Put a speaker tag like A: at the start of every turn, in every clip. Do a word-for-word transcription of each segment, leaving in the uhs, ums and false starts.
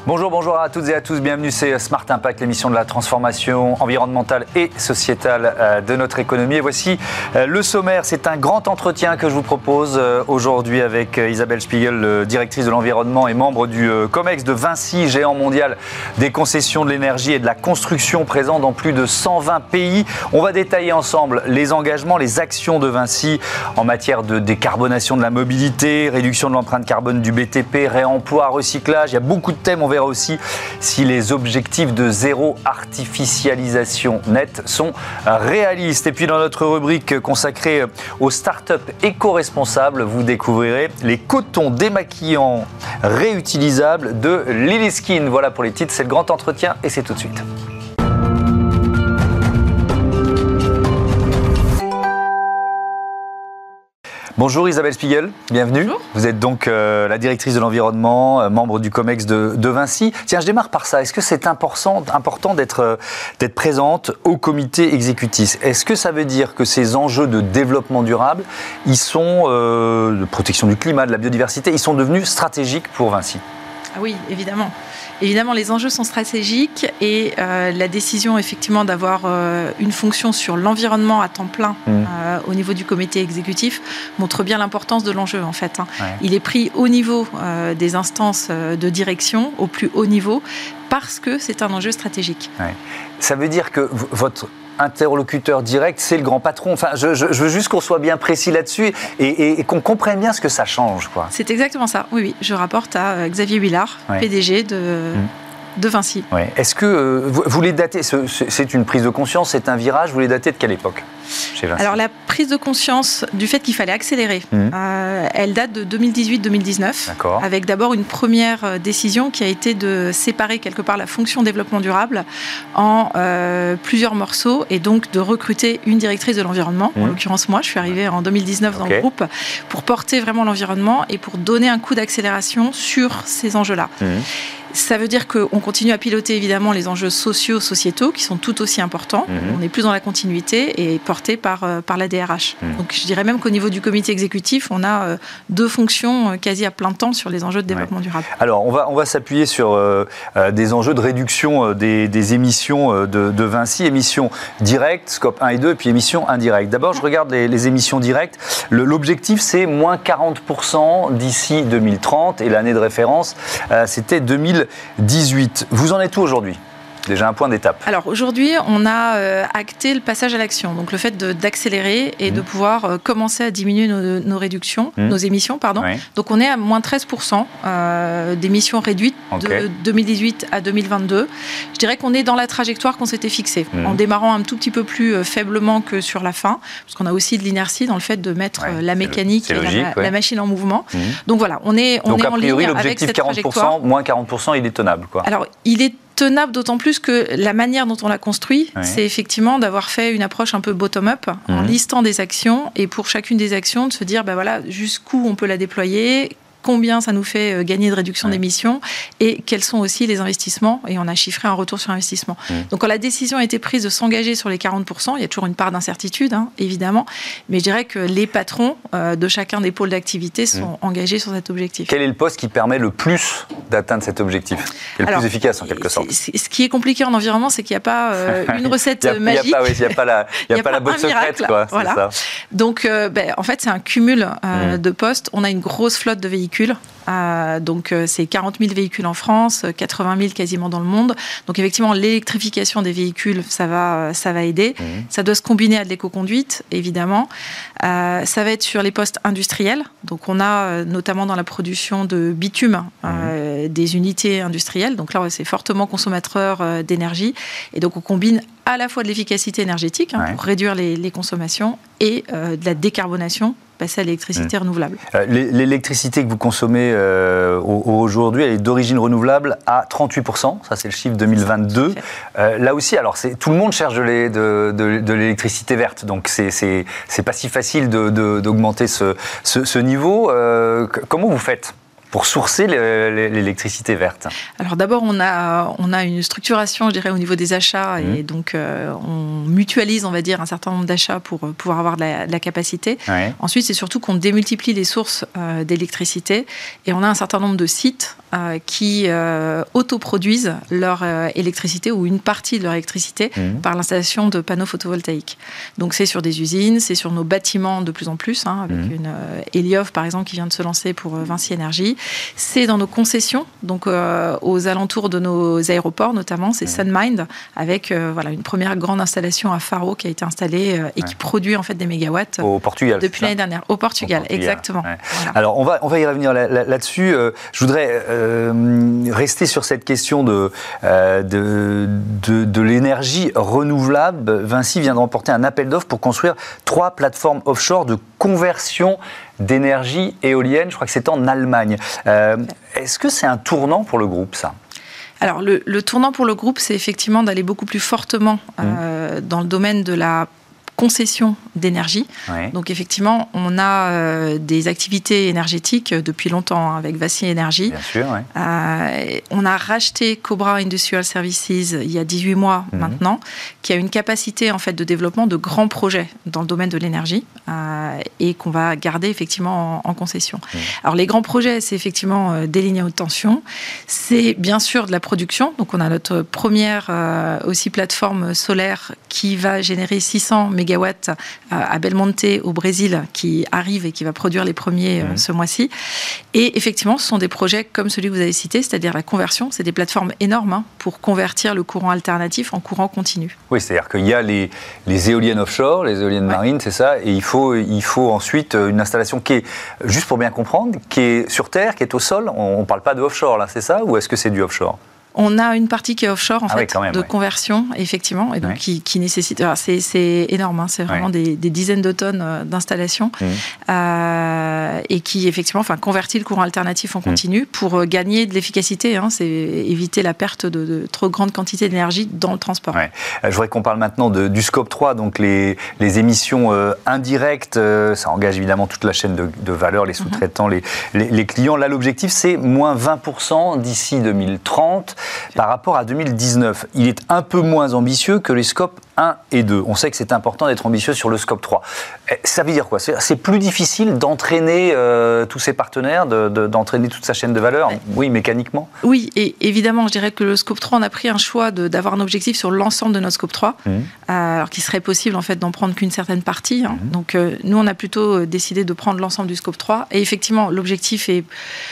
A: Bonjour, bonjour à toutes et à tous, bienvenue, c'est Smart Impact, l'émission de la transformation environnementale et sociétale de notre économie. Et voici le sommaire, c'est un grand entretien que je vous propose aujourd'hui avec Isabelle Spiegel, directrice de l'environnement et membre du COMEX de Vinci, géant mondial des concessions de l'énergie et de la construction présent dans plus de cent vingt pays. On va détailler ensemble les engagements, les actions de Vinci en matière de décarbonation de la mobilité, réduction de l'empreinte carbone du B T P, réemploi, recyclage, il y a beaucoup de thèmes. On verra aussi si les objectifs de zéro artificialisation nette sont réalistes. Et puis dans notre rubrique consacrée aux startups éco-responsables, vous découvrirez les cotons démaquillants réutilisables de Lilyskin. Voilà pour les titres, c'est le grand entretien et c'est tout de suite. Bonjour Isabelle Spiegel, bienvenue.
B: Bonjour.
A: Vous êtes donc euh, la directrice de l'environnement, euh, membre du COMEX de, de Vinci. Tiens, je démarre par ça. Est-ce que c'est important, important d'être, euh, d'être présente au comité exécutif ? Est-ce que ça veut dire que ces enjeux de développement durable, ils sont, euh, de protection du climat, de la biodiversité, ils sont devenus stratégiques pour Vinci ?
B: Ah oui, évidemment. Évidemment, les enjeux sont stratégiques et euh, la décision effectivement d'avoir euh, une fonction sur l'environnement à temps plein mmh. euh, au niveau du comité exécutif montre bien l'importance de l'enjeu en fait. Hein. Ouais. Il est pris au niveau euh, des instances de direction, au plus haut niveau, parce que c'est un enjeu stratégique. Ouais.
A: Ça veut dire que v- votre interlocuteur direct, c'est le grand patron. Enfin, je, je, je veux juste qu'on soit bien précis là-dessus et, et, et qu'on comprenne bien ce que ça change, quoi.
B: C'est exactement ça. Oui, oui. Je rapporte à Xavier Huillard, ouais. P D G de, mmh. de Vinci.
A: Ouais. Est-ce que euh, vous, vous les datez, c'est une prise de conscience, c'est un virage, vous les datez de quelle époque chez Vinci ?
B: Alors la prise de conscience du fait qu'il fallait accélérer, mmh. euh, elle date de deux mille dix-huit deux mille dix-neuf, D'accord. avec d'abord une première décision qui a été de séparer quelque part la fonction développement durable en euh, plusieurs morceaux et donc de recruter une directrice de l'environnement, mmh. en l'occurrence moi, je suis arrivée en deux mille dix-neuf okay. dans le groupe, pour porter vraiment l'environnement et pour donner un coup d'accélération sur ces enjeux-là. Mmh. Ça veut dire qu'on continue à piloter évidemment les enjeux sociaux, sociétaux, qui sont tout aussi importants. Mmh. On est plus dans la continuité et porté par, euh, par la D R H. Mmh. Donc je dirais même qu'au niveau du comité exécutif, on a euh, deux fonctions euh, quasi à plein temps sur les enjeux de développement ouais. durable.
A: Alors on va, on va s'appuyer sur euh, euh, des enjeux de réduction euh, des, des émissions euh, de, de Vinci, émissions directes, scope un et deux, et puis émissions indirectes. D'abord, je regarde les, les émissions directes. L'objectif, c'est moins quarante pour cent d'ici deux mille trente, et l'année de référence, euh, c'était deux mille dix-huit. Vous en êtes où aujourd'hui ? Déjà un point d'étape.
B: Alors aujourd'hui, on a euh, acté le passage à l'action, donc le fait d'accélérer et mmh. de pouvoir euh, commencer à diminuer nos, nos réductions, mmh. nos émissions, pardon. Oui. Donc on est à moins treize pour cent euh, d'émissions réduites okay. de deux mille dix-huit à deux mille vingt-deux. Je dirais qu'on est dans la trajectoire qu'on s'était fixée, mmh. en démarrant un tout petit peu plus euh, faiblement que sur la fin, parce qu'on a aussi de l'inertie dans le fait de mettre ouais, euh, la mécanique et logique, la, ouais. la machine en mouvement. Mmh. Donc voilà, on est, on
A: donc,
B: est
A: en
B: ligne
A: priori,
B: avec cette
A: quarante pour cent, trajectoire. Moins quarante pour cent, il est tenable, quoi.
B: Alors il est tenable d'autant plus que la manière dont on l'a construit, oui. c'est effectivement d'avoir fait une approche un peu bottom-up, mmh. en listant des actions, et pour chacune des actions, de se dire ben voilà, jusqu'où on peut la déployer, combien ça nous fait gagner de réduction oui. d'émissions et quels sont aussi les investissements. Et on a chiffré un retour sur investissement. Mmh. Donc quand la décision a été prise de s'engager sur les quarante pour cent, il y a toujours une part d'incertitude, hein, évidemment, mais je dirais que les patrons euh, de chacun des pôles d'activité sont mmh. engagés sur cet objectif.
A: Quel est le poste qui permet le plus d'atteindre cet objectif ? Qui est le Alors, plus efficace en quelque sorte ?
B: Ce qui est compliqué en environnement, c'est qu'il n'y a pas euh, une recette
A: a,
B: magique.
A: Il n'y a pas, oui, y a pas la, y a y a pas la bonne secrète. Quoi,
B: voilà.
A: ça.
B: Donc euh, ben, en fait, c'est un cumul euh, mmh. de postes. On a une grosse flotte de véhicules. Euh, donc euh, c'est quarante mille véhicules en France, quatre-vingt mille quasiment dans le monde. Donc effectivement, l'électrification des véhicules, ça va, ça va aider. Mmh. Ça doit se combiner à de l'éco-conduite, évidemment. Euh, ça va être sur les postes industriels. Donc on a euh, notamment dans la production de bitume euh, mmh. des unités industrielles. Donc là, c'est fortement consommateur euh, d'énergie. Et donc on combine à la fois de l'efficacité énergétique, hein, ouais. pour réduire les, les consommations, et euh, de la décarbonation, passer à l'électricité mmh. renouvelable.
A: Euh, l'électricité que vous consommez euh, aujourd'hui, elle est d'origine renouvelable à trente-huit pour cent, ça c'est le chiffre deux mille vingt-deux. Euh, là aussi, alors tout le monde cherche de l'électricité verte, donc c'est pas si facile d'augmenter ce, ce, ce niveau. Euh, comment vous faites pour sourcer l'électricité verte?
B: Alors d'abord, on a, on a une structuration, je dirais, au niveau des achats, mmh. et donc euh, on mutualise, on va dire, un certain nombre d'achats pour pouvoir avoir de la, de la capacité. Ouais. Ensuite, c'est surtout qu'on démultiplie les sources euh, d'électricité, et on a un certain nombre de sites euh, qui euh, autoproduisent leur euh, électricité ou une partie de leur électricité mmh. par l'installation de panneaux photovoltaïques. Donc c'est sur des usines, c'est sur nos bâtiments de plus en plus, hein, avec mmh. une euh, Eliof par exemple qui vient de se lancer pour euh, Vinci Énergie. C'est dans nos concessions, donc euh, aux alentours de nos aéroports notamment, c'est mmh. Sunmind, avec euh, voilà, une première grande installation à Faro qui a été installée euh, et ouais. qui produit en fait des mégawatts
A: au Portugal,
B: depuis l'année dernière. Au Portugal, au Portugal. Exactement.
A: Ouais. Voilà. Alors on va, on va y revenir là, là, là-dessus. Euh, je voudrais euh, rester sur cette question de, euh, de, de, de l'énergie renouvelable. Vinci vient de remporter un appel d'offres pour construire trois plateformes offshore de conversion d'énergie éolienne. Je crois que c'est en Allemagne. Euh, est-ce que c'est un tournant pour le groupe, ça ?
B: Alors, le, le tournant pour le groupe, c'est effectivement d'aller beaucoup plus fortement euh, mmh. dans le domaine de la concession d'énergie. Oui. Donc effectivement, on a euh, des activités énergétiques depuis longtemps hein, avec Vinci Énergie.
A: Bien sûr, oui.
B: Euh, on a racheté Cobra Industrial Services il y a dix-huit mois mmh. maintenant, qui a une capacité en fait de développement de grands projets dans le domaine de l'énergie euh, et qu'on va garder effectivement en, en concession. Mmh. Alors les grands projets, c'est effectivement euh, des lignes à haute tension, c'est bien sûr de la production. Donc on a notre première euh, aussi plateforme solaire qui va générer six cents mégawatts à Belmonte au Brésil qui arrive et qui va produire les premiers mmh. ce mois-ci. Et effectivement, ce sont des projets comme celui que vous avez cité, c'est-à-dire la conversion. C'est des plateformes énormes hein, pour convertir le courant alternatif en courant continu.
A: Oui, c'est-à-dire qu'il y a les, les éoliennes offshore, les éoliennes ouais. marines, c'est ça, et il faut, il faut ensuite une installation qui est, juste pour bien comprendre, qui est sur terre, qui est au sol. On ne parle pas de offshore là, c'est ça, ou est-ce que c'est du offshore ?
B: On a une partie qui est offshore, en ah fait, oui, même, de ouais. conversion, effectivement, et donc ouais. qui, qui nécessite... Alors c'est, c'est énorme, hein, c'est vraiment ouais. des, des dizaines de tonnes d'installation, mmh. euh, et qui, effectivement, enfin, convertit le courant alternatif en continu mmh. pour gagner de l'efficacité, hein, c'est éviter la perte de, de trop grande quantité d'énergie dans le transport.
A: Ouais. Je voudrais qu'on parle maintenant de, du scope trois, donc les, les émissions euh, indirectes, euh, ça engage évidemment toute la chaîne de, de valeur, les sous-traitants, mmh. les, les, les clients. Là, l'objectif, c'est moins vingt pour cent d'ici deux mille trente. Par rapport à deux mille dix-neuf, il est un peu moins ambitieux que les scopes un et deux. On sait que c'est important d'être ambitieux sur le scope trois. Ça veut dire quoi ? C'est, c'est plus difficile d'entraîner euh, tous ses partenaires, de, de, d'entraîner toute sa chaîne de valeur ? Oui, oui mécaniquement ?
B: Oui, et évidemment, je dirais que le scope trois, on a pris un choix de, d'avoir un objectif sur l'ensemble de notre scope trois, mmh. euh, alors qu'il serait possible en fait d'en prendre qu'une certaine partie. Hein. Mmh. Donc euh, nous, on a plutôt décidé de prendre l'ensemble du scope trois. Et effectivement, l'objectif est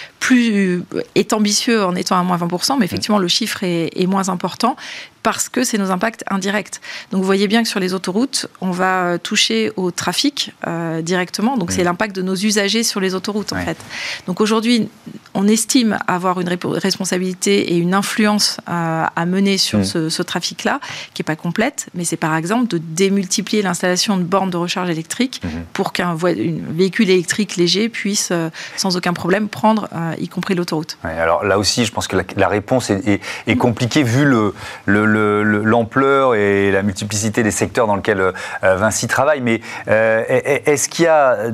B: plus est ambitieux en étant à moins vingt pour cent, mais effectivement, mmh. le chiffre est, est moins important parce que c'est nos impacts indirects. Donc vous voyez bien que sur les autoroutes, on va toucher au trafic euh, directement. Donc mmh. c'est l'impact de nos usagers sur les autoroutes, en ouais. fait. Donc aujourd'hui, on estime avoir une rép- responsabilité et une influence euh, à mener sur mmh. ce, ce trafic-là, qui n'est pas complète, mais c'est par exemple de démultiplier l'installation de bornes de recharge électrique mmh. pour qu'un vo- véhicule électrique léger puisse, euh, sans aucun problème, prendre, euh, y compris l'autoroute.
A: Ouais, alors là aussi, je pense que la, la réponse est, est, est compliquée vu le, le Le, le, l'ampleur et la multiplicité des secteurs dans lesquels euh, Vinci travaille. Mais euh, est-ce qu'il y a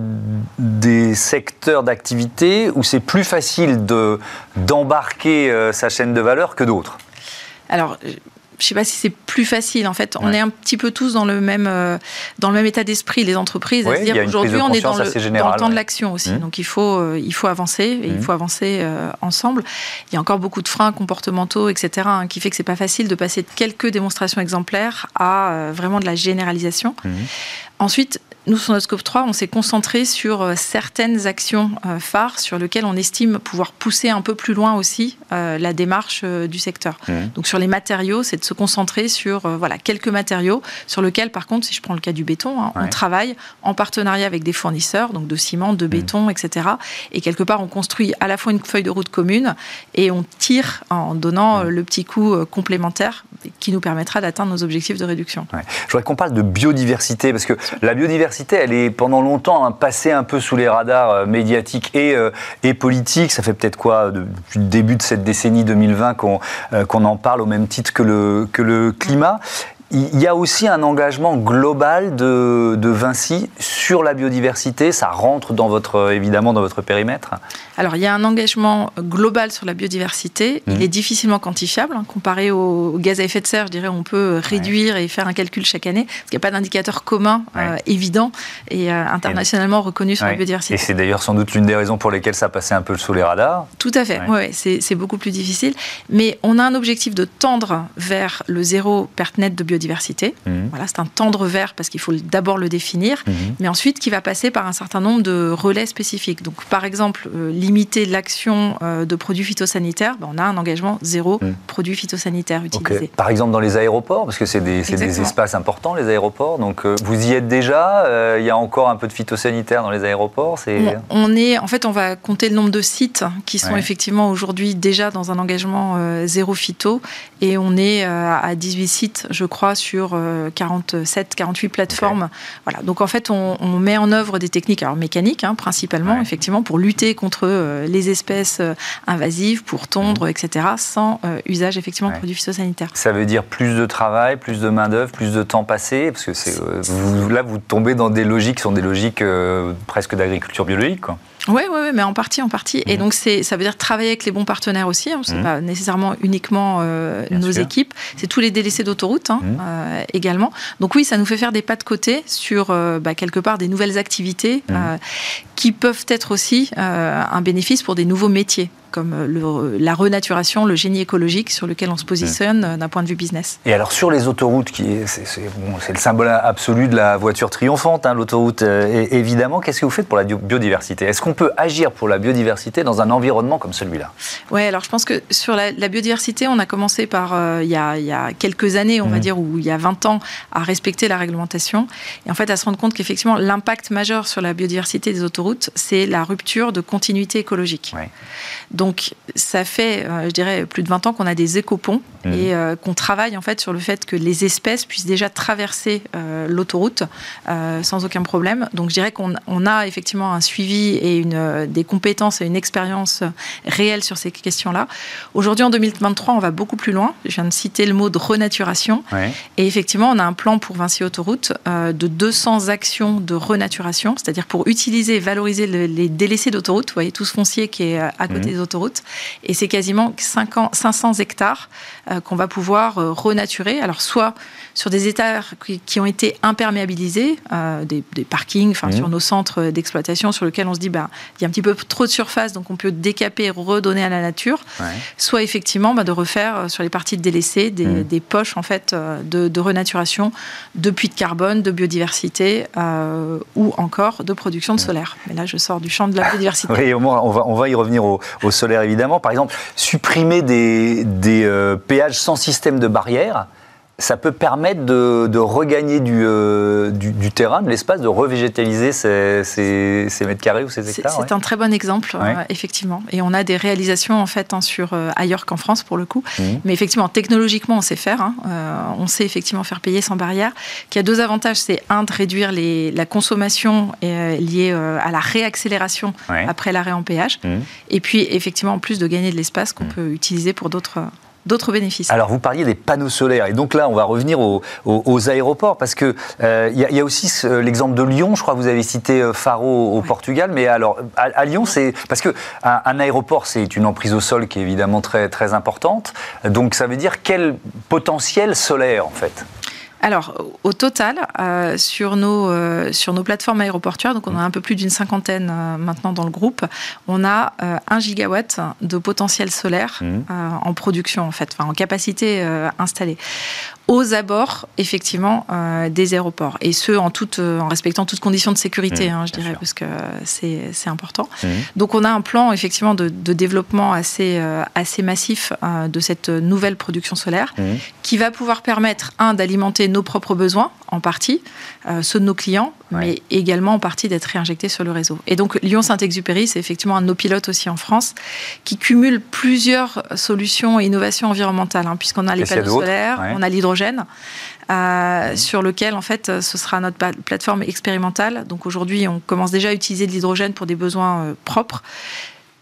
A: des secteurs d'activité où c'est plus facile de, d'embarquer euh, sa chaîne de valeur que d'autres ?
B: Alors, je ne sais pas si c'est plus facile. En fait, on ouais. est un petit peu tous dans le même, euh, dans le même état d'esprit, les entreprises,
A: oui,
B: à se dire aujourd'hui, on est dans le,
A: générale,
B: dans le temps
A: ouais.
B: de l'action aussi. Mmh. Donc, il faut, euh, il faut avancer et mmh. il faut avancer euh, ensemble. Il y a encore beaucoup de freins comportementaux, et cetera, hein, qui fait que ce n'est pas facile de passer de quelques démonstrations exemplaires à euh, vraiment de la généralisation. Mmh. Ensuite, nous, sur notre scope trois, on s'est concentré sur euh, certaines actions euh, phares sur lesquelles on estime pouvoir pousser un peu plus loin aussi euh, la démarche euh, du secteur. Mmh. Donc, sur les matériaux, c'est de se concentrer sur euh, voilà, quelques matériaux sur lesquels, par contre, si je prends le cas du béton, hein, ouais. on travaille en partenariat avec des fournisseurs, donc de ciment, de béton, mmh. et cetera. Et quelque part, on construit à la fois une feuille de route commune et on tire en donnant mmh. euh, le petit coup euh, complémentaire qui nous permettra d'atteindre nos objectifs de réduction. Ouais.
A: Je voudrais qu'on parle de biodiversité, parce que la biodiversité, elle est pendant longtemps hein, passée un peu sous les radars euh, médiatiques et, euh, et politiques. Ça fait peut-être quoi, depuis le début de cette décennie deux mille vingt qu'on, euh, qu'on en parle au même titre que le, que le climat. il y a aussi un engagement global de, de Vinci sur la biodiversité. Ça rentre dans votre, évidemment dans votre périmètre.
B: Alors, il y a un engagement global sur la biodiversité. Mmh. Il est difficilement quantifiable. Hein, comparé au, au gaz à effet de serre, je dirais, on peut réduire ouais. et faire un calcul chaque année. Parce qu'il n'y a pas d'indicateur commun ouais. euh, évident et euh, internationalement et, reconnu sur ouais. la biodiversité.
A: Et c'est d'ailleurs sans doute l'une des raisons pour lesquelles ça passait un peu sous les radars.
B: Tout à fait. Ouais. Ouais, c'est, c'est beaucoup plus difficile. Mais on a un objectif de tendre vers le zéro perte nette de biodiversité. Mmh. Voilà, c'est un tendre vers parce qu'il faut d'abord le définir, mmh. mais ensuite qui va passer par un certain nombre de relais spécifiques. Donc, par exemple, euh, limiter l'action euh, de produits phytosanitaires, ben, on a un engagement zéro mmh. produits phytosanitaires utilisés. Okay.
A: Par exemple, dans les aéroports, parce que c'est des, c'est des espaces importants, les aéroports. Donc, euh, vous y êtes déjà. Euh, il y a encore un peu de phytosanitaire dans les aéroports. C'est...
B: On, on est, en fait, on va compter le nombre de sites qui sont ouais. effectivement aujourd'hui déjà dans un engagement euh, zéro phyto, et on est euh, à dix-huit sites, je crois, sur euh, quarante-sept, quarante-huit plateformes. Okay. Voilà. Donc, en fait, on, on met en œuvre des techniques, alors mécaniques, hein, principalement, ouais. effectivement, pour lutter contre euh, les espèces euh, invasives, pour tondre, mmh. et cetera, sans euh, usage, effectivement, ouais. de produits phytosanitaires.
A: Ça veut dire plus de travail, plus de main-d'œuvre, plus de temps passé, parce que c'est, euh, vous, là, vous tombez dans des logiques qui sont des logiques euh, presque d'agriculture biologique, quoi.
B: Oui, oui, ouais, mais en partie, en partie. Mmh. Et donc, c'est, ça veut dire travailler avec les bons partenaires aussi. Hein, ce n'est mmh. pas nécessairement uniquement euh, nos sûr. équipes. C'est tous les délaissés d'autoroute hein, mmh. euh, également. Donc oui, ça nous fait faire des pas de côté sur, euh, bah, quelque part, des nouvelles activités mmh. euh, qui peuvent être aussi euh, un bénéfice pour des nouveaux métiers, comme le, la renaturation, le génie écologique, sur lequel on se positionne mmh. d'un point de vue business.
A: Et alors, sur les autoroutes, qui est, c'est, c'est, bon, c'est le symbole absolu de la voiture triomphante, hein, l'autoroute, euh, évidemment. Qu'est-ce que vous faites pour la biodiversité ? Est-ce qu'on peut agir pour la biodiversité dans un environnement comme celui-là ?
B: Oui, alors je pense que sur la, la biodiversité, on a commencé par, euh, il, y a, il y a quelques années, on mmh. va dire, ou il y a vingt ans, à respecter la réglementation. Et en fait, à se rendre compte qu'effectivement, l'impact majeur sur la biodiversité des autoroutes, c'est la rupture de continuité écologique. Ouais. Donc, ça fait, euh, je dirais, plus de vingt ans qu'on a des écoponts mmh. et euh, qu'on travaille en fait sur le fait que les espèces puissent déjà traverser euh, l'autoroute euh, sans aucun problème. Donc, je dirais qu'on on a effectivement un suivi et une, euh, des compétences et une expérience réelle sur ces questions-là. Aujourd'hui, en deux mille vingt-trois, on va beaucoup plus loin. Je viens de citer le mot de renaturation. Ouais. Et effectivement, on a un plan pour Vinci Autoroute euh, de deux cents actions de renaturation, c'est-à-dire pour utiliser et valoriser le, les délaissés d'autoroute. Vous voyez, tout ce foncier qui est à côté mmh. des autoroutes. Et c'est quasiment cinq cents hectares euh, qu'on va pouvoir euh, renaturer. Alors, soit sur des hectares qui, qui ont été imperméabilisés, euh, des, des parkings, enfin, mmh. sur nos centres d'exploitation sur lesquels on se dit, bah, il y a un petit peu trop de surface, donc on peut décaper et redonner à la nature. Ouais. Soit, effectivement, bah, de refaire sur les parties délaissées des, mmh. des poches, en fait, de, de renaturation, de puits de carbone, de biodiversité euh, ou encore de production de solaire. Mais là, je sors du champ de la biodiversité.
A: Oui, au moins, on va, on va y revenir au, au solaire, évidemment. Par exemple, supprimer des, des euh, péages sans système de barrière, ça peut permettre de, de regagner du, euh, du, du terrain, de l'espace, de revégétaliser ces, ces, ces mètres carrés ou ces hectares.
B: C'est, c'est ouais. un très bon exemple, ouais. euh, effectivement. Et on a des réalisations en fait hein, sur euh, ailleurs qu'en France pour le coup. Mmh. Mais effectivement, technologiquement, on sait faire. Hein. Euh, on sait effectivement faire payer sans barrière. Qui a deux avantages, c'est un de réduire les, la consommation euh, liée euh, à la réaccélération ouais. après l'arrêt en péage. Mmh. Et puis effectivement, en plus de gagner de l'espace qu'on mmh. peut utiliser pour d'autres. d'autres bénéfices.
A: Alors, vous parliez des panneaux solaires. Et donc là, on va revenir aux, aux, aux aéroports parce qu'il euh, y, y a aussi ce, l'exemple de Lyon. Je crois que vous avez cité Faro au ouais. Portugal. Mais alors, à, à Lyon, c'est... Parce qu'un un aéroport, c'est une emprise au sol qui est évidemment très, très importante. Donc, ça veut dire quel potentiel solaire, en fait ?
B: Alors, au total, euh, sur, nos, euh, sur nos plateformes aéroportuaires, donc on a un peu plus d'une cinquantaine euh, maintenant dans le groupe, on a euh, un gigawatt de potentiel solaire mmh. euh, en production, en fait, enfin, en capacité euh, installée. Aux abords, effectivement, euh, des aéroports. Et ce, en, toute, euh, en respectant toutes conditions de sécurité, mmh, hein, je dirais, sûr. Parce que c'est, c'est important. Mmh. Donc, on a un plan, effectivement, de, de développement assez, euh, assez massif euh, de cette nouvelle production solaire mmh. qui va pouvoir permettre, un, d'alimenter nos propres besoins, en partie, euh, ceux de nos clients, ouais. mais également en partie d'être réinjectés sur le réseau. Et donc, Lyon-Saint-Exupéry, c'est effectivement un de nos pilotes aussi en France, qui cumule plusieurs solutions et innovations environnementales, hein, puisqu'on a les panneaux solaires, ouais. on a l'hydrogène, Euh, mmh. sur lequel en fait ce sera notre plateforme expérimentale. Donc aujourd'hui on commence déjà à utiliser de l'hydrogène pour des besoins euh, propres.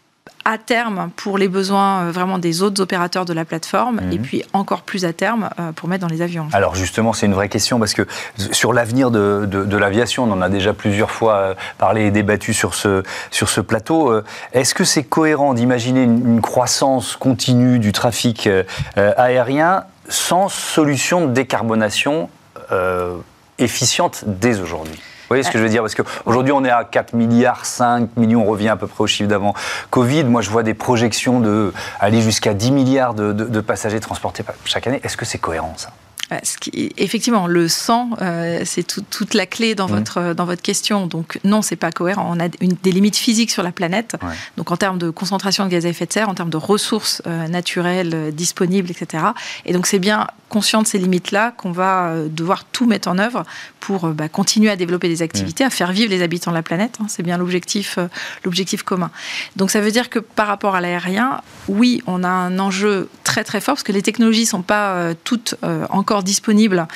B: à terme pour les besoins euh, vraiment des autres opérateurs de la plateforme, mmh. et puis encore plus à terme euh, pour mettre dans les avions.
A: Alors justement, c'est une vraie question parce que sur l'avenir de, de, de l'aviation, on en a déjà plusieurs fois parlé et débattu sur ce, sur ce plateau. Est-ce que c'est cohérent d'imaginer une, une croissance continue du trafic euh, aérien sans solution de décarbonation euh, efficiente dès aujourd'hui ? Vous voyez ce que je veux dire ? Parce qu'aujourd'hui, on est à quatre virgule cinq milliards millions, on revient à peu près au chiffre d'avant Covid. Moi, je vois des projections d'aller jusqu'à dix milliards de, de, de passagers transportés chaque année. Est-ce que c'est cohérent, ça ?
B: Ce qui, effectivement, le cent, euh, c'est tout, toute la clé dans, mmh. votre, dans votre question. Donc non, c'est pas cohérent. On a une, des limites physiques sur la planète. Ouais. Donc en termes de concentration de gaz à effet de serre, en termes de ressources euh, naturelles euh, disponibles, et cetera. Et donc c'est bien conscient de ces limites-là qu'on va euh, devoir tout mettre en œuvre pour euh, bah, continuer à développer des activités, mmh. à faire vivre les habitants de la planète. Hein, c'est bien l'objectif, euh, l'objectif commun. Donc ça veut dire que par rapport à l'aérien, oui, on a un enjeu très très fort parce que les technologies ne sont pas euh, toutes euh, encore disponibles.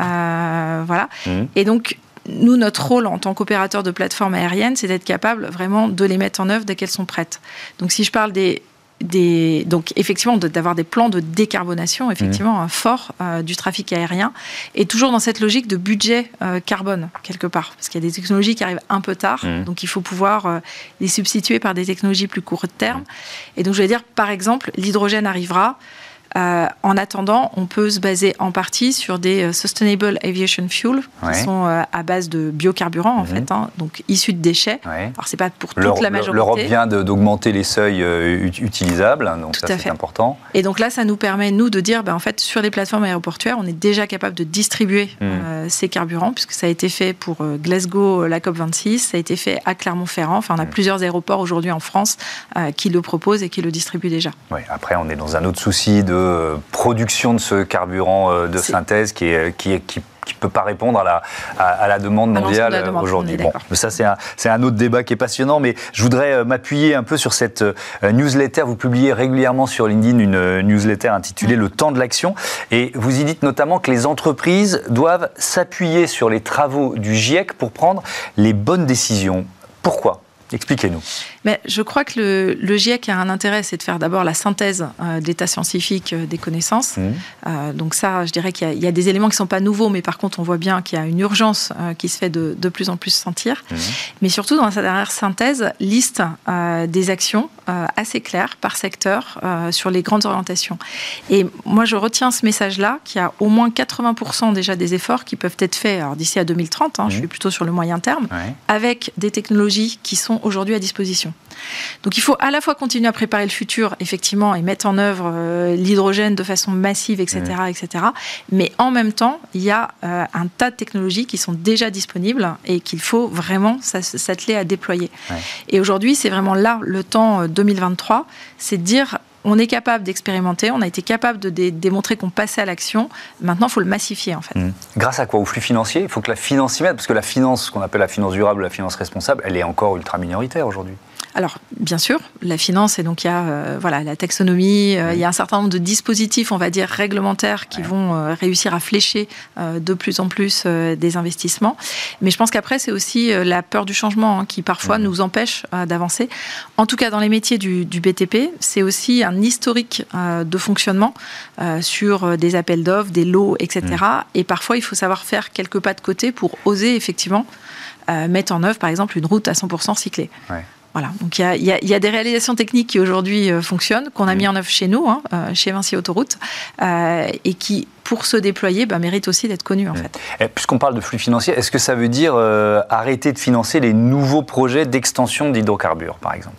B: Euh, voilà. Mmh. Et donc, nous, notre rôle en tant qu'opérateur de plateforme aérienne, c'est d'être capable vraiment de les mettre en œuvre dès qu'elles sont prêtes. Donc, si je parle des... Des, donc effectivement d'avoir des plans de décarbonation effectivement mmh. forts euh, du trafic aérien et toujours dans cette logique de budget euh, carbone quelque part parce qu'il y a des technologies qui arrivent un peu tard mmh. donc il faut pouvoir euh, les substituer par des technologies plus court terme mmh. et donc je vais dire par exemple l'hydrogène arrivera. Euh, en attendant, on peut se baser en partie sur des euh, Sustainable Aviation Fuel qui ouais. sont euh, à base de biocarburants, en mmh. fait, hein, donc issus de déchets. Ouais. Alors, c'est pas pour toute la majorité.
A: L'Europe vient de, d'augmenter les seuils euh, utilisables, donc Tout ça, c'est fait. important.
B: Et donc là, ça nous permet, nous, de dire, ben, en fait, sur les plateformes aéroportuaires, on est déjà capable de distribuer mmh. euh, ces carburants, puisque ça a été fait pour euh, Glasgow, la COP vingt-six, ça a été fait à Clermont-Ferrand. Enfin, on a mmh. plusieurs aéroports aujourd'hui en France euh, qui le proposent et qui le distribuent déjà.
A: Ouais, après, on est dans un autre souci de production de ce carburant de c'est... synthèse qui est, qui est, qui qui ne peut pas répondre à la, à, à la demande mondiale la demande, aujourd'hui. Bon, ça, c'est un, c'est un autre débat qui est passionnant, mais je voudrais m'appuyer un peu sur cette newsletter. Vous publiez régulièrement sur LinkedIn une newsletter intitulée mmh. « Le temps de l'action ». Et vous y dites notamment que les entreprises doivent s'appuyer sur les travaux du GIEC pour prendre les bonnes décisions. Pourquoi ? Expliquez-nous.
B: Mais je crois que le, le GIEC a un intérêt, c'est de faire d'abord la synthèse euh, d'état scientifique euh, des connaissances. Mmh. Euh, donc ça, je dirais qu'il y a, il y a des éléments qui ne sont pas nouveaux, mais par contre, on voit bien qu'il y a une urgence euh, qui se fait de, de plus en plus sentir. Mmh. Mais surtout, dans sa dernière synthèse, liste euh, des actions euh, assez claires par secteur euh, sur les grandes orientations. Et moi, je retiens ce message-là, qu'il y a au moins quatre-vingts pour cent déjà des efforts qui peuvent être faits alors, d'ici à deux mille trente, hein, mmh. je suis plutôt sur le moyen terme, ouais. avec des technologies qui sont aujourd'hui à disposition. Donc il faut à la fois continuer à préparer le futur, effectivement, et mettre en œuvre euh, l'hydrogène de façon massive, et cetera, mmh. et cetera. Mais en même temps, il y a euh, un tas de technologies qui sont déjà disponibles et qu'il faut vraiment s'atteler à déployer. Ouais. Et aujourd'hui, c'est vraiment là, le temps deux mille vingt-trois, c'est de dire... On est capable d'expérimenter, on a été capable de dé- démontrer qu'on passait à l'action. Maintenant, il faut le massifier, en fait. Mmh.
A: Grâce à quoi ? Au flux financier ? Il faut que la finance s'y mette, parce que la finance, ce qu'on appelle la finance durable, la finance responsable, elle est encore ultra minoritaire aujourd'hui.
B: Alors, bien sûr, la finance, et donc il y a euh, voilà, la taxonomie, euh, mmh. il y a un certain nombre de dispositifs, on va dire, réglementaires qui ouais. vont euh, réussir à flécher euh, de plus en plus euh, des investissements. Mais je pense qu'après, c'est aussi euh, la peur du changement hein, qui, parfois, mmh. nous empêche euh, d'avancer. En tout cas, dans les métiers du, du B T P, c'est aussi un historique euh, de fonctionnement euh, sur des appels d'offres, des lots, et cetera. Mmh. Et parfois, il faut savoir faire quelques pas de côté pour oser, effectivement, euh, mettre en œuvre, par exemple, une route à cent pour cent cyclée. Ouais. Voilà, donc il y a, y, a, y a des réalisations techniques qui aujourd'hui euh, fonctionnent, qu'on a mis en œuvre chez nous, hein, euh, chez Vinci Autoroute, euh, et qui, pour se déployer, bah, méritent aussi d'être connus en mmh. fait.
A: Et puisqu'on parle de flux financiers, est-ce que ça veut dire euh, arrêter de financer les nouveaux projets d'extension d'hydrocarbures, par exemple ?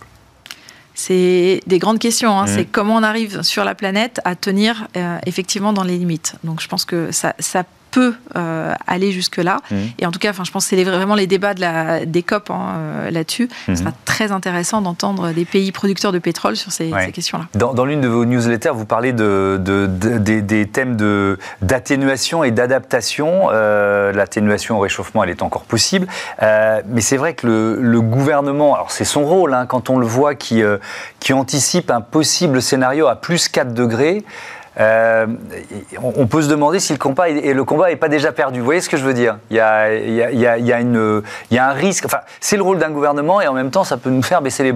B: C'est des grandes questions. Hein. Mmh. C'est comment on arrive sur la planète à tenir euh, effectivement dans les limites. Donc je pense que ça, ça peut euh, aller jusque-là. Mmh. Et en tout cas, je pense que c'est les, vraiment les débats de la, des COP hein, euh, là-dessus. Mmh. Ce sera très intéressant d'entendre des pays producteurs de pétrole sur ces, ouais. ces questions-là.
A: Dans, dans l'une de vos newsletters, vous parlez de, de, de, de, des thèmes de, d'atténuation et d'adaptation. Euh, l'atténuation au réchauffement, elle est encore possible. Euh, mais c'est vrai que le, le gouvernement, alors c'est son rôle, hein, quand on le voit, qui, euh, qui anticipe un possible scénario à plus quatre degrés, Euh, on peut se demander si le combat est, le combat n'est pas déjà perdu. Vous voyez ce que je veux dire ? Il y a, il y a, il y a, il y a, une, il y a un risque. Enfin, c'est le rôle d'un gouvernement et en même temps, ça peut nous faire baisser les bras.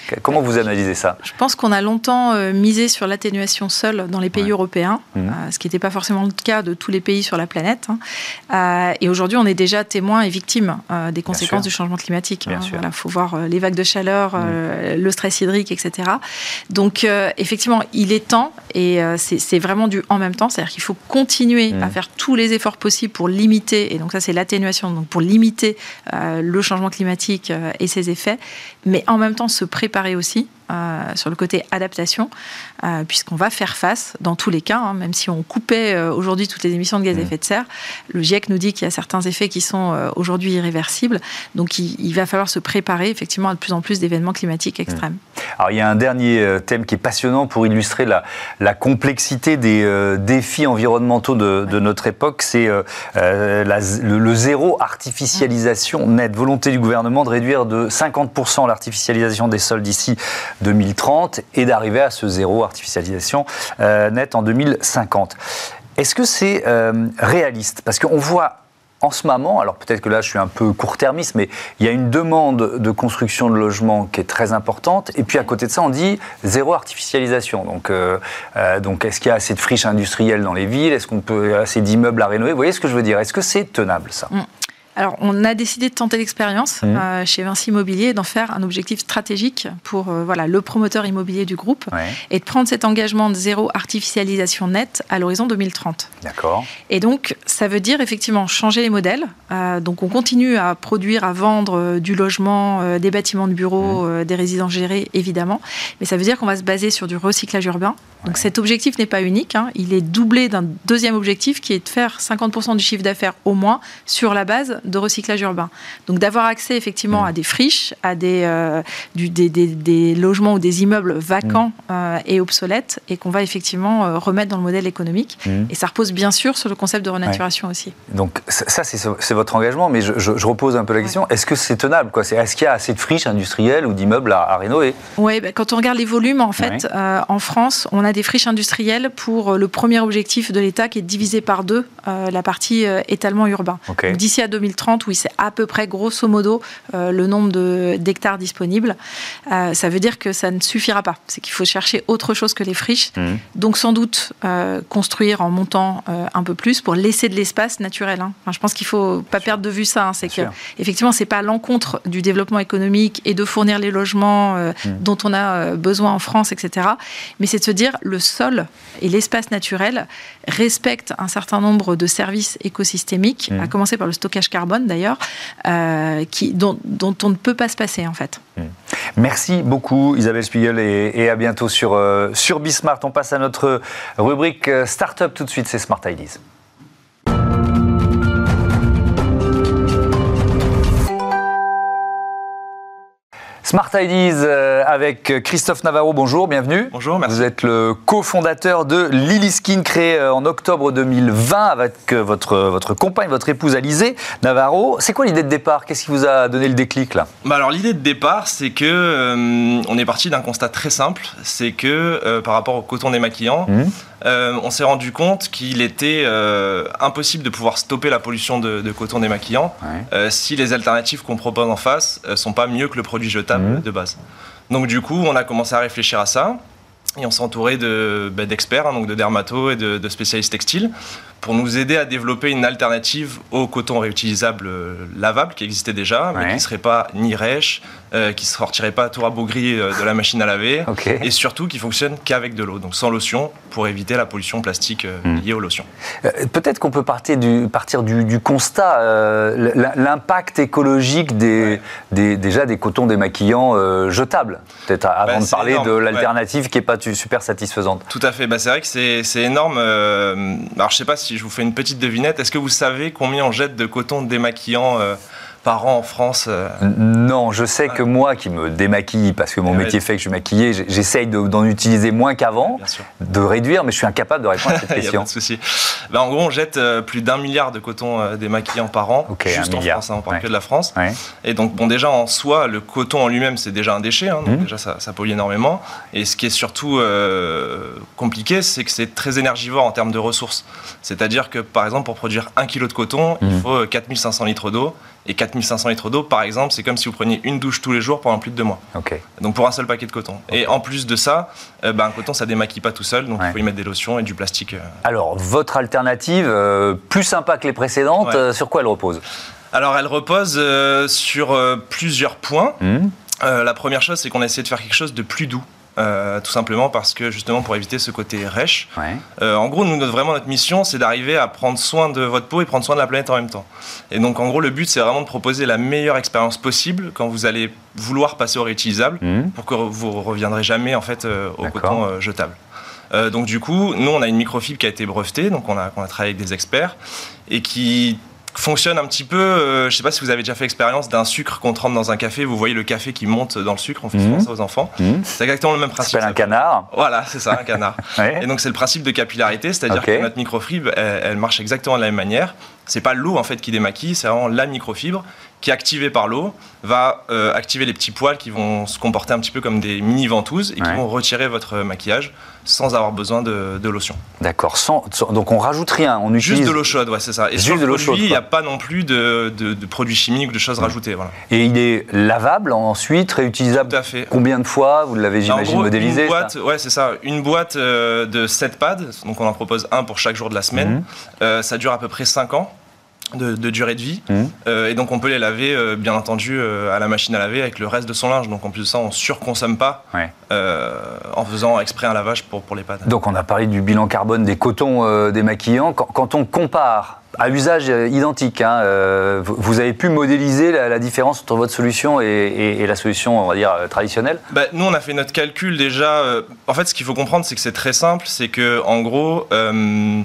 A: Comment vous analysez ça?
B: Je pense qu'on a longtemps euh, misé sur l'atténuation seule dans les pays ouais. européens, mmh. euh, ce qui n'était pas forcément le cas de tous les pays sur la planète. Hein. Euh, et aujourd'hui, on est déjà témoin et victime euh, des conséquences du changement climatique. Il hein. voilà, faut voir euh, les vagues de chaleur, mmh. euh, le stress hydrique, et cetera. Donc, euh, effectivement, il est temps, et euh, c'est, c'est vraiment du en même temps, c'est-à-dire qu'il faut continuer mmh. à faire tous les efforts possibles pour limiter, et donc ça c'est l'atténuation, donc pour limiter euh, le changement climatique euh, et ses effets, mais en même temps se préparer aussi euh, sur le côté adaptation, euh, puisqu'on va faire face dans tous les cas, hein, même si on coupait euh, aujourd'hui toutes les émissions de gaz à effet de serre, le GIEC nous dit qu'il y a certains effets qui sont euh, aujourd'hui irréversibles, donc il, il va falloir se préparer effectivement à de plus en plus d'événements climatiques extrêmes.
A: Alors il y a un dernier thème qui est passionnant pour illustrer la, la complexité des euh, défis environnementaux de, de notre époque, c'est euh, la, le, le zéro artificialisation nette, volonté du gouvernement de réduire de cinquante pour cent l'artificialisation des sols d'ici deux mille trente et d'arriver à ce zéro artificialisation euh, nette en deux mille cinquante. Est-ce que c'est euh, réaliste? Parce qu'on voit en ce moment, alors peut-être que là je suis un peu court-termiste, mais il y a une demande de construction de logements qui est très importante, et puis à côté de ça on dit zéro artificialisation. Donc, euh, euh, donc est-ce qu'il y a assez de friches industrielles dans les villes? Est-ce qu'on peut assez d'immeubles à rénover? Vous voyez ce que je veux dire? Est-ce que c'est tenable ça? mmh.
B: Alors, on a décidé de tenter l'expérience mmh. euh, chez Vinci Immobilier et d'en faire un objectif stratégique pour euh, voilà, le promoteur immobilier du groupe ouais. et de prendre cet engagement de zéro artificialisation nette à l'horizon deux mille trente.
A: D'accord.
B: Et donc, ça veut dire effectivement changer les modèles. Euh, donc, on continue à produire, à vendre euh, du logement, euh, des bâtiments de bureaux, mmh. euh, des résidences gérées, évidemment. Mais ça veut dire qu'on va se baser sur du recyclage urbain. Donc, ouais. cet objectif n'est pas unique. Hein. Il est doublé d'un deuxième objectif qui est de faire cinquante pour cent du chiffre d'affaires au moins sur la base de recyclage urbain. Donc d'avoir accès effectivement mmh. à des friches, à des, euh, du, des, des, des logements ou des immeubles vacants mmh. euh, et obsolètes, et qu'on va effectivement euh, remettre dans le modèle économique. Mmh. Et ça repose bien sûr sur le concept de renaturation ouais. aussi.
A: Donc ça, c'est, c'est votre engagement, mais je, je, je repose un peu la question. Ouais. Est-ce que c'est tenable quoi? C'est, Est-ce qu'il y a assez de friches industrielles ou d'immeubles à, à rénover?
B: Oui, bah, quand on regarde les volumes, en fait, ouais. euh, en France, on a des friches industrielles pour le premier objectif de l'État qui est de diviser par deux euh, la partie euh, étalement urbain. Okay. Donc, d'ici à deux mille trente, oui, c'est à peu près, grosso modo, euh, le nombre de, d'hectares disponibles. Euh, ça veut dire que ça ne suffira pas. C'est qu'il faut chercher autre chose que les friches. Mmh. Donc, sans doute, euh, construire en montant euh, un peu plus pour laisser de l'espace naturel. Hein. Enfin, je pense qu'il ne faut pas perdre de vue ça. Hein. C'est que, effectivement, ce n'est pas à l'encontre du développement économique et de fournir les logements euh, mmh. dont on a euh, besoin en France, et cetera. Mais c'est de se dire, le sol et l'espace naturel respectent un certain nombre de services écosystémiques, mmh. à commencer par le stockage carbone, d'ailleurs, Euh, qui, dont, dont on ne peut pas se passer en fait.
A: Merci beaucoup Isabelle Spiegel et, et à bientôt sur, euh, sur Bismart. On passe à notre rubrique Startup tout de suite, c'est Smart Ideas. Smart Ideas avec Christophe Navarro, bonjour, bienvenue.
C: Bonjour, merci.
A: Vous êtes le cofondateur de Lilyskin, créé en octobre deux mille vingt avec votre, votre compagne, votre épouse Alizée Navarro. C'est quoi l'idée de départ? Qu'est-ce qui vous a donné le déclic là?
C: Bah alors l'idée de départ, c'est que euh, on est parti d'un constat très simple, c'est que euh, par rapport au coton démaquillant, mmh. euh, on s'est rendu compte qu'il était euh, impossible de pouvoir stopper la pollution de, de coton démaquillant ouais. euh, si les alternatives qu'on propose en face ne euh, sont pas mieux que le produit jetable mmh. de base. Donc du coup, on a commencé à réfléchir à ça et on s'est entouré de, bah, d'experts, hein, donc de dermatos et de, de spécialistes textiles pour nous aider à développer une alternative au coton réutilisable euh, lavable qui existait déjà, mais ouais. qui ne serait pas ni rêche, euh, qui ne sortirait pas tout rabougri euh, de la machine à laver, okay. et surtout qui fonctionne qu'avec de l'eau, donc sans lotion, pour éviter la pollution plastique euh, mmh. liée aux lotions.
A: Euh, peut-être qu'on peut partir du, partir du, du constat, euh, l'impact écologique des, ouais. des, déjà des cotons démaquillants euh, jetables, peut-être avant bah, de parler énorme. de l'alternative ouais. qui n'est pas super satisfaisante.
C: Tout à fait, bah, c'est vrai que c'est, c'est énorme. Euh, alors je ne sais pas si je vous fais une petite devinette, est-ce que vous savez combien on jette de coton démaquillant euh, par an en France? euh...
A: Non, je sais que moi qui me démaquille, parce que mon ouais. métier fait que je suis maquillé, j'essaye de, d'en utiliser moins qu'avant, de réduire, mais je suis incapable de répondre à cette question. Il n'y a
C: pas de souci. Ben, en gros, on jette euh, plus d'un milliard de coton euh, démaquillant par an, okay, juste en France, hein, on parle ouais. que de la France. Ouais. Et donc, bon, déjà en soi, le coton en lui-même, c'est déjà un déchet, hein, donc mmh. déjà ça, ça pollue énormément. Et ce qui est surtout euh, compliqué, c'est que c'est très énergivore en termes de ressources. C'est-à-dire que, par exemple, pour produire un kilo de coton, mmh. il faut quatre mille cinq cents litres d'eau, Et quatre mille cinq cents litres d'eau, par exemple, c'est comme si vous preniez une douche tous les jours pendant plus de deux mois.
A: Okay.
C: Donc pour un seul paquet de coton. Okay. Et en plus de ça, euh, bah, un coton, ça démaquille pas tout seul, donc ouais. il faut y mettre des lotions et du plastique. Euh...
A: Alors, votre alternative, euh, plus sympa que les précédentes, ouais. euh, sur quoi elle repose?
C: Alors, elle repose euh, sur euh, plusieurs points. Mmh. Euh, la première chose, c'est qu'on a essayé de faire quelque chose de plus doux. Euh, tout simplement parce que justement pour éviter ce côté rêche. Ouais. Euh, en gros, nous, notre, vraiment notre mission, c'est d'arriver à prendre soin de votre peau et prendre soin de la planète en même temps. Et donc en gros, le but, c'est vraiment de proposer la meilleure expérience possible quand vous allez vouloir passer au réutilisable mmh. pour que vous ne reviendrez jamais en fait euh, au D'accord. coton euh, jetable. Euh, donc du coup, nous, on a une microfibre qui a été brevetée, donc on a, on a travaillé avec des experts et qui fonctionne un petit peu, euh, je ne sais pas si vous avez déjà fait l'expérience d'un sucre qu'on trempe dans un café, vous voyez le café qui monte dans le sucre, on fait souvent mmh. ça aux enfants. Mmh. C'est exactement le même principe.
A: C'est un canard.
C: Voilà, c'est ça, un canard. ouais. Et donc c'est le principe de capillarité, c'est-à-dire okay. que notre microfibre, elle, elle marche exactement de la même manière. C'est pas l'eau en fait qui démaquille, c'est vraiment la microfibre qui est activée par l'eau, va euh, activer les petits poils qui vont se comporter un petit peu comme des mini ventouses et ouais. qui vont retirer votre maquillage sans avoir besoin de, de lotion.
A: D'accord, sans, donc on rajoute rien, on utilise...
C: Juste de l'eau chaude, ouais, c'est ça. Et
A: Juste
C: sur
A: de
C: le
A: l'eau
C: produit,
A: chaude,
C: il n'y a pas non plus de, de, de produits chimiques ou de choses mmh. rajoutées. Voilà.
A: Et il est lavable ensuite, réutilisable.
C: Tout à fait.
A: Combien de fois? Vous l'avez, j'imagine,
C: gros,
A: modélisé
C: une boîte,
A: ça
C: ouais, c'est ça. Une boîte euh, de sept pads, donc on en propose un pour chaque jour de la semaine. Mmh. Euh, ça dure à peu près cinq ans. De, de durée de vie mmh. euh, et donc on peut les laver euh, bien entendu euh, à la machine à laver avec le reste de son linge, donc en plus de ça on surconsomme pas ouais. euh, en faisant exprès un lavage pour, pour les pads.
A: Donc on a parlé du bilan carbone des cotons euh, démaquillants. Quand, quand on compare à usage identique, hein, euh, vous avez pu modéliser la, la différence entre votre solution et, et, et la solution on va dire traditionnelle?
C: Bah, nous on a fait notre calcul déjà, euh, en fait ce qu'il faut comprendre c'est que c'est très simple, c'est que en gros euh,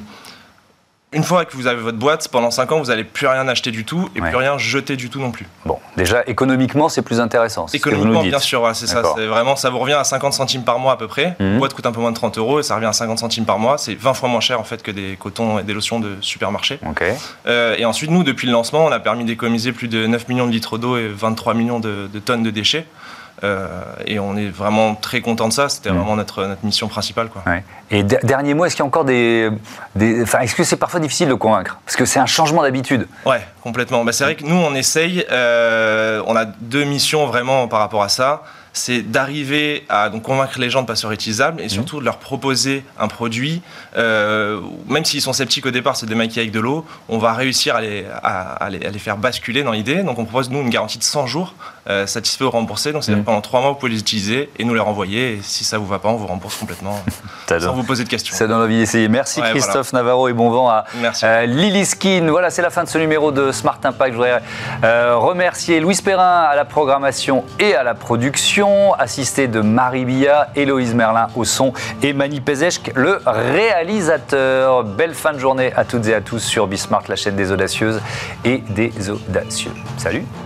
C: une fois que vous avez votre boîte, pendant cinq ans, vous n'allez plus rien acheter du tout et ouais. plus rien jeter du tout non plus.
A: Bon, déjà, économiquement, c'est plus intéressant. C'est
C: économiquement, bien sûr, ouais, c'est D'accord. ça. C'est vraiment, ça vous revient à cinquante centimes par mois à peu près. Mmh. Une boîte coûte un peu moins de trente euros et ça revient à cinquante centimes par mois. C'est vingt fois moins cher en fait que des cotons et des lotions de supermarché.
A: Okay.
C: Euh, et ensuite, nous, depuis le lancement, on a permis d'économiser plus de neuf millions de litres d'eau et vingt-trois millions de, de tonnes de déchets. Euh, et on est vraiment très content de ça, c'était mmh. vraiment notre, notre mission principale, quoi.
A: Ouais. Et d- dernier mot, est-ce qu'il y a encore des, des... Enfin, est-ce que c'est parfois difficile de convaincre? Parce que c'est un changement d'habitude.
C: Ouais, complètement. Bah, c'est vrai que nous, on essaye, euh, on a deux missions vraiment par rapport à ça. C'est d'arriver à donc, convaincre les gens de passer au réutilisable et surtout mmh. de leur proposer un produit, euh, même s'ils sont sceptiques au départ, c'est de démaquiller avec de l'eau, on va réussir à les, à, à, les, à les faire basculer dans l'idée. Donc on propose, nous, une garantie de cent jours, euh, satisfait ou remboursé. Donc c'est-à-dire mmh. pendant trois mois, vous pouvez les utiliser et nous les renvoyer. Et si ça ne vous va pas, on vous rembourse complètement sans vous poser de questions.
A: Ça donne envie d'essayer. Merci ouais, Christophe voilà. Navarro et bon vent à euh, Lily Skin. Voilà, c'est la fin de ce numéro de Smart Impact. Je voudrais euh, remercier Louis Perrin à la programmation et à la production, assisté de Marie Billa, Héloïse Merlin au son et Mani Pezeschk, le réalisateur. Belle fin de journée à toutes et à tous sur Bismart, la chaîne des audacieuses et des audacieux. Salut!